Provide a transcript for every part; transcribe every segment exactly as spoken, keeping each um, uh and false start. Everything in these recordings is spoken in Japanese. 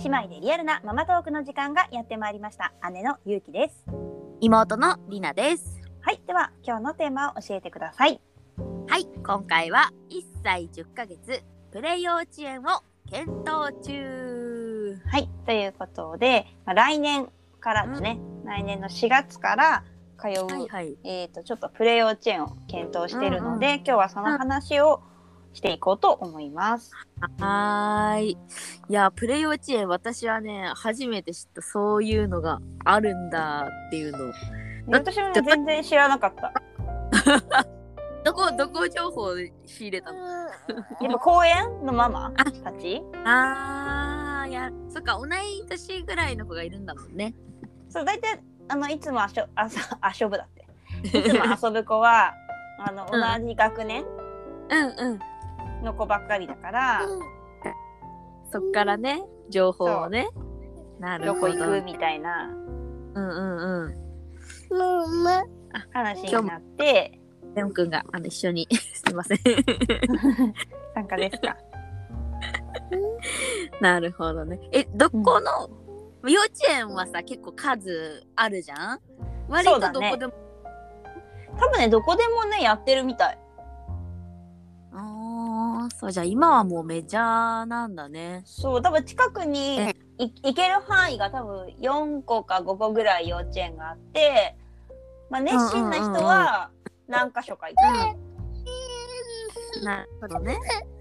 姉妹でリアルなママトークの時間がやってまいりました。姉のゆうきです。 妹のりなです。 はい、では今日のテーマを教えてください。 はい、今回はいっさいじゅっかげつプレ幼稚園を検討中。 はい、ということで、まあ、来年からですね、うん、来年のしがつから通う、はいはい、えーと、ちょっとプレ幼稚園を検討しているので、うんうん、今日はその話をしていこうと思います。 はーい。いや、プレ幼稚園、私はね、初めて知った、そういうのがあるんだっていうの。 私も、ね、全然知らなかった。 どこ、どこ情報で仕入れたの？ やっぱ公園のママたち？ ああ、いや、そっか、同い年ぐらいの子がいるんだもんね。 そう、大体、あの、いつも遊遊ぶだって。いつも遊ぶ子は、あの、同じ学年、 うん、うんうんの子ばっかりだから、うん、 そっからね、情報をね、なるほど。 どこ行くみたいな、 うんうんうん。 話になって、 レオンくんがあの一緒にすいません参加ですか？ なるほどね。え、どこの、うん、幼稚園はさ結構数あるじゃん？割とどこでも、ね、 多分ねどこでもねやってるみたい。 ああ、そうじゃあ今はもうメジャーなんだね。 そう、多分近くに行ける範囲が多分よんこかごこぐらい幼稚園があって、まあ、熱心な人は何か所か行く、 うん、なるほどね。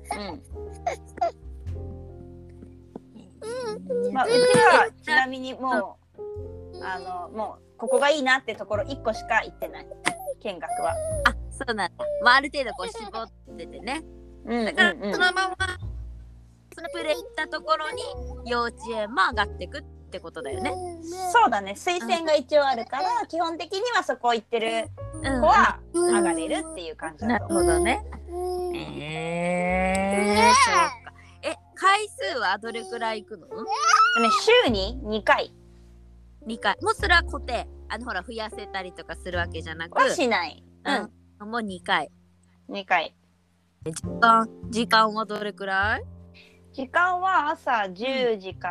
うん。まあうちはちなみにもうあのもうここがいいなってところいっこしか行ってない。見学は。 あ、そうなんだ。まあある程度こう絞っててね。うんうんうん、だからそのままそのプレイ行ったところに幼稚園も上がってくってことだよね。 そうだね。推薦が一応あるから、うん、基本的にはそこ行ってる子は上がれるっていう感じだと思う。 なるほどね。えー、そうか。え、回数はどれくらい行くの？ね、 週ににかい。 にかい。もうそれは固定。あのほら増やせたりとかするわけじゃなく。 はしない。 うん。もうにかい。 にかい。 時間時間はどれくらい？ 時間は朝じゅうじから、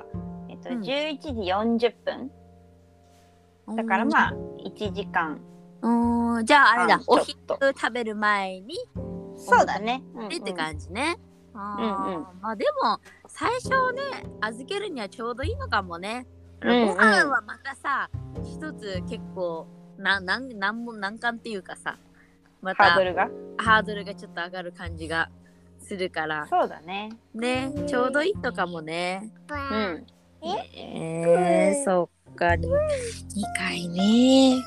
うん、えっと、じゅういちじよんじゅっぷん、うん、だからまあいちじかん。 うん、じゃああれだ、お昼食べる前にそうだね、 うんうん、って感じね。あ、 うんうん、 まあでも最初ね預けるにはちょうどいいのかもね。ご飯はまたさ、うんうん、一つ結構ななんなんも難関っていうかさ、またハードルがハードルがちょっと上がる感じがするから。 そうだね。 ね、ちょうどいいのかもね。 うん。 えー、そっか、にかいね。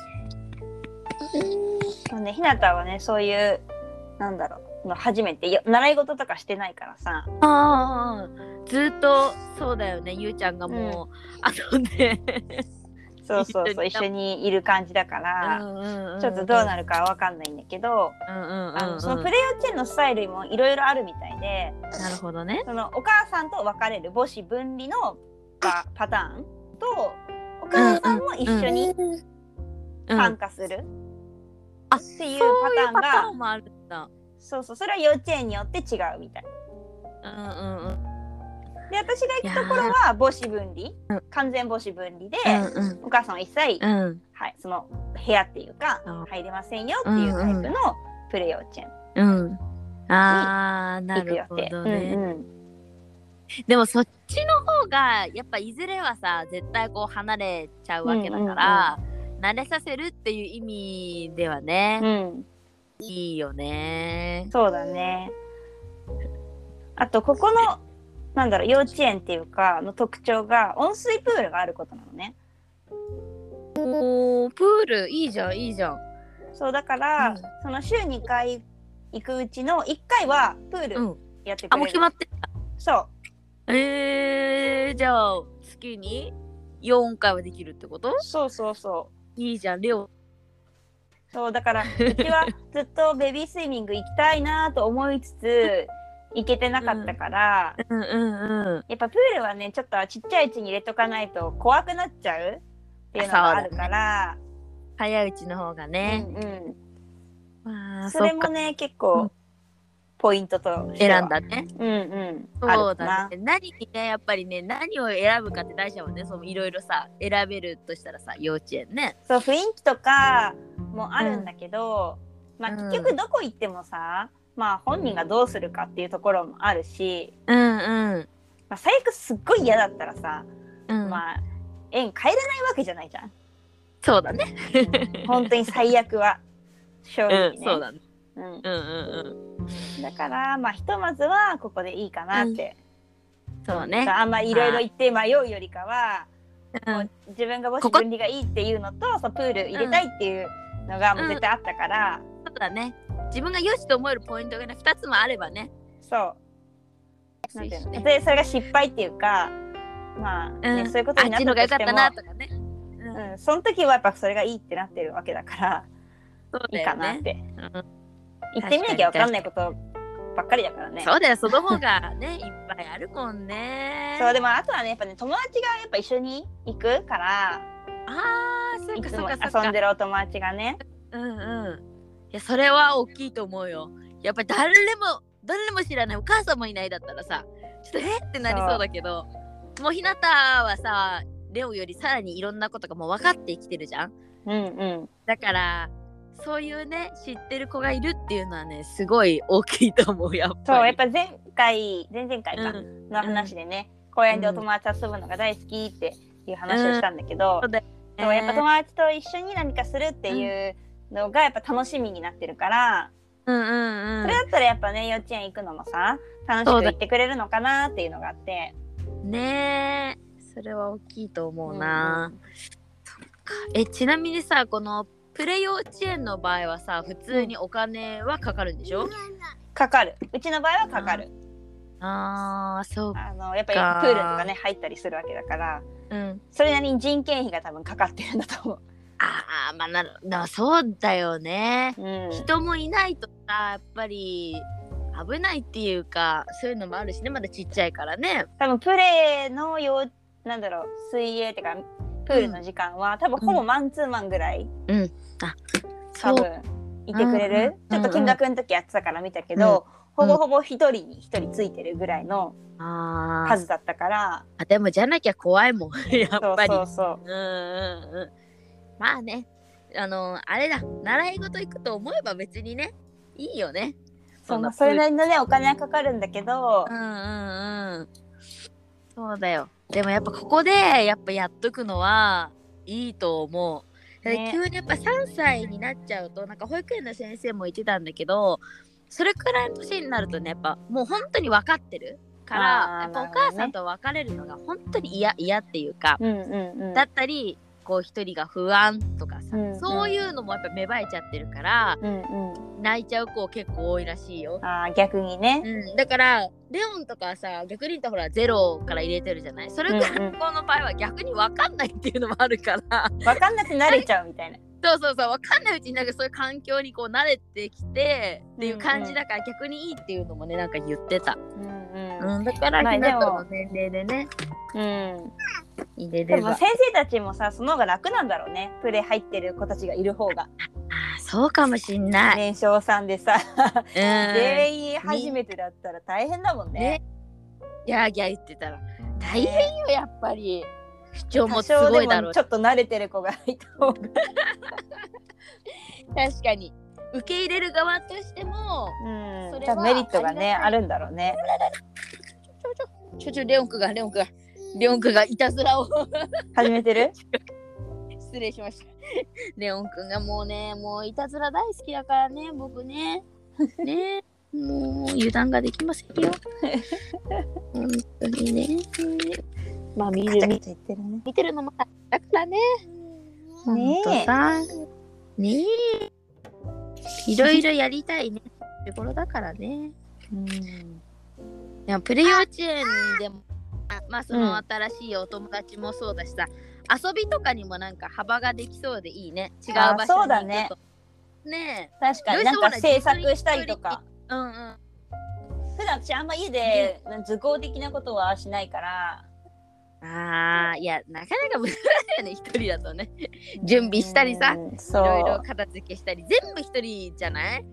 そうね、ひなたはね、そういうなんだろう、初めて習い事とかしてないからさ。 ああ、ずっとそうだよね。ゆうちゃんがもう遊んで、 うん、そうそうそう、一緒にいる感じだから、うんうんうん、ちょっとどうなるかわかんないんだけど、うんうんうんうん、あのそのプレ幼稚園のスタイルもいろいろあるみたいで、 なるほどね。 そのお母さんと別れる母子分離の パ, パターンと、お母さんも一緒に参加する、うんうん、 あっていうパターンが、 そういうパターンもあるんだ。 そうそう、それは幼稚園によって違うみたい。 うんうんうん。 で、私が行くところは母子分離、うん、完全母子分離で、うんうん、お母さんは一切、うん、はい、その部屋っていうか、うん、入れませんよっていうタイプのプレ幼稚園。うん。 ああ、なるほどね。うんうん、でもそっちの方がやっぱいずれはさ、絶対こう離れちゃうわけだから、うんうんうん、慣れさせるっていう意味ではね、うん、いいよね。 そうだね。あとここのなんだろう、幼稚園っていうかの特徴が温水プールがあることなのね。 おー、プールいいじゃんいいじゃん。 そうだから、うん、その週にかい行くうちのいっかいはプールやってくれる、うん、 あ、もう決まってた。 そう。 えー、じゃあ月によんかいはできるってこと？ そうそうそう。 いいじゃん、量。 そうだからうちはずっとベビースイミング行きたいなと思いつつ行けてなかったから、 うんうんうんうん、 やっぱプールはねちょっとちっちゃいうちに入れとかないと怖くなっちゃうっていうのがあるから、ね、 早いうちの方がね、 うんうん、 まあ、 それもね結構、 ポイントとしては選んだね。 うんうんそうだね。何にねやっぱりね何を選ぶかって大事だもんね。そのいろいろさ選べるとしたらさ幼稚園ね。 そう雰囲気とかもあるんだけど、うん、まあ結局どこ行ってもさ、まあ本人がどうするかっていうところもあるし、 うんうん。 まあ、最悪すっごい嫌だったらさ、 うん、 まあ園帰れないわけじゃないじゃん。 そうだね。 本当に最悪は正直ね。 うん、そうだね。 うん、うんうんうん。 だからまあひとまずはここでいいかなって、 うん、そうね。 あんまいろいろ言って迷うよりかは、 うん、 もう自分がもし分離がいいっていうのとそうプール入れたいっていうのがもう絶対あったから、 うんうん、そうだね。自分が良しと思えるポイントがねふたつもあればね。 そうなんていうのでそれが失敗っていうかまあ、ねうん、そういうことになったとしてもあっちのが良かったなとかね、うんうん、その時はやっぱそれがいいってなってるわけだからそうだよ、ね、 いいかなって、うん、言ってみなきゃ分かんないことばっかりだからね。 そうだよ、その方がねいっぱいあるもんね。 そうでもあとはねやっぱね友達がやっぱ一緒に行くからあーそうかそうかそうか遊んでるお友達がねうんうんいやそれは大きいと思うよ。やっぱり誰も誰も知らないお母さんもいないだったらさちょっとえってなりそうだけどもうひなたはさレオよりさらにいろんなことがもう分かってきてるじゃん。 うんうんだからそういうね知ってる子がいるっていうのはねすごい大きいと思う。やっぱりそうやっぱ前回前々回かの話でね、うん、公園でお友達遊ぶのが大好きっていう話をしたんだけど、うん、でもやっぱ友達と一緒に何かするっていうのがやっぱ楽しみになってるから、 うんうんうん、 それだったらやっぱね幼稚園行くのもさ楽しく行ってくれるのかなっていうのがあってねえそれは大きいと思うな、うん、そっか。えちなみにさこのプレ幼稚園の場合はさ普通にお金はかかるんでしょ、うん、 かかる。うちの場合はかかる。 ああそうか。 あのやっぱりプールとかね入ったりするわけだから、うん、それなりに人件費が多分かかってるんだと思う。 ああまあなるそうだよね、 うん、 人もいないとさやっぱり危ないっていうかそういうのもあるしねまだちっちゃいからね。 多分プレーのようなんだろう水泳ってかプールの時間は、うん、多分ほぼマンツーマンぐらい、 うん、あ多分いてくれる、うん、ちょっと金額の時やってたから見たけど、うん、ほぼほぼ一人に一人ついてるぐらいの数だったから、 あでもじゃなきゃ怖いもんやっぱり。 そうそうそう、 うんうんうん、まあねあのあれだ習い事行くと思えば別にねいいよね。 そんなそれなりのねお金はかかるんだけど、 うんうんうんそうだよ。でもやっぱここでやっぱやっとくのはいいと思う。ね、急にやっぱさんさいになっちゃうとなんか保育園の先生も言ってたんだけどそれくらいの年になるとねやっぱもう本当に分かってるからやっぱお母さんと別れるのが本当に嫌嫌っていうか、 うんうんうん、 だったりこう一人が不安とかさ、うんうん、そういうのもやっぱ芽生えちゃってるから、うんうん、泣いちゃう子結構多いらしいよ。 あ逆にね、 うん、だからレオンとかさ逆に言ったらほらゼロから入れてるじゃない。それくらいの子の場合は逆に分かんないっていうのもあるから分かんなく慣れちゃうみたいなそうそうそう分かんないうちになんかそういう環境にこう慣れてきてっていう感じだから逆にいいっていうのもねなんか言ってた、うんうんうん、だからひなたの年齢でね、うん、入れればでも先生たちもさその方が楽なんだろうねプレ入ってる子たちがいる方が。 あそうかもしんない。 年少さんでさ、うん、全員初めてだったら大変だもんね。ねギャーギャー言ってたら大変よやっぱり。主張もすごいだろう。 ちょっと慣れてる子がいた方が確かに受け入れる側としても、 うん、それはメリットがねあるんだろうね。 ちょちょレオンクがレオンクがレオンクがいたずらを始めてる失礼しました。レオンくんがもうねもういたずら大好きだからね僕ねねもう油断ができませんよ本当にね。まあ見る見てるね見てるのもだからね。 ねえさねえいろいろやりたいねってところだからね。うんでもプレ幼稚園でもまあその新しいお友達もそうだしさ、うん、遊びとかにもなんか幅ができそうでいいね。違う場所に行くと。そうだね。ねえ確かになんか制作したりとか。 うんうん。 普段私あんま家で図工的なことはしないから。 ああいやなかなか難しいよね一人だとね準備したりさいろいろ片付けしたり全部一人じゃない。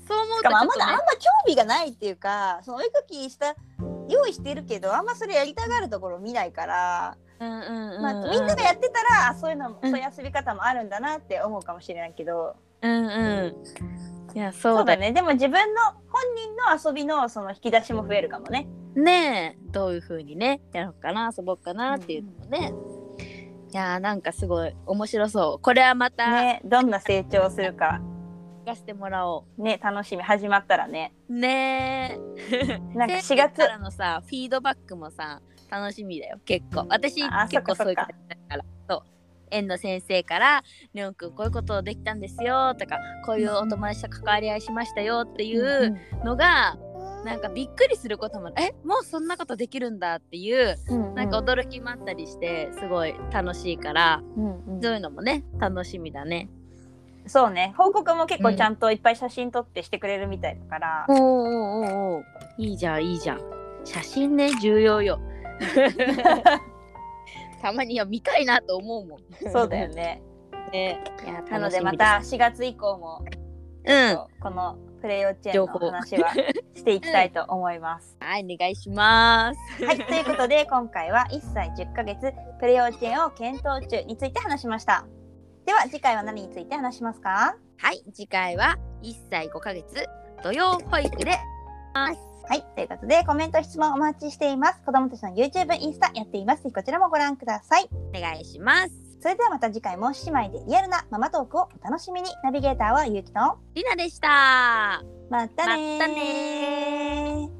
そう思うしかもあんまとちょっと、ね、 あんま興味がないっていうか、そのお絵描きした用意してるけどあんまそれやりたがるところ見ないから、 うんうんうんうん、 まあ、みんながやってたらあそういうのも、 うん、 そういう遊び方もあるんだなって思うかもしれないけど、 うんうん、いやそうだ、 そうだね。でも自分の本人の遊びのその引き出しも増えるかもね。 ねえ、どういう風にねやろうかな、遊ぼうかなっていうのもね、うん、いやーなんかすごい面白そう。これはまたね、どんな成長するか聞かせてもらおうね。楽しみ、始まったらね。 ねえなんかしがつからのさフィードバックもさ楽しみだよ結構。私結構そういう感じだから、そう園の先生から「レオンくんこういうことできたんですよ」とか「こういうお友達と関わり合いしましたよ」っていうのが、うんうん、なんかびっくりすることも「えもうそんなことできるんだ」っていう、うんうん、なんか驚きもあったりしてすごい楽しいから、うんうん、そういうのもね楽しみだね。 そうね、報告も結構ちゃんといっぱい写真撮ってしてくれるみたいだから、 うん、おーおーおーいいじゃんいいじゃん。写真ね重要よたまには見たいなと思うもん。 そうだよね。 ね、いやなのでまたしがつ以降も、うん、このプレ幼稚園の話はしていきたいと思います。 うん、はいお願いします。 はい、ということで今回はいっさいじゅっかげつプレ幼稚園を検討中について話しました。では次回は何について話しますか？ はい、次回はいっさいごかげつ土曜保育でます。 はい、ということでコメント質問お待ちしています。子どもたちの YouTube、インスタやっています。ぜひこちらもご覧ください。 お願いします。 それではまた次回も姉妹でリアルなママトークをお楽しみに。ナビゲーターはゆうきとりなでした。 またねー。 またねー。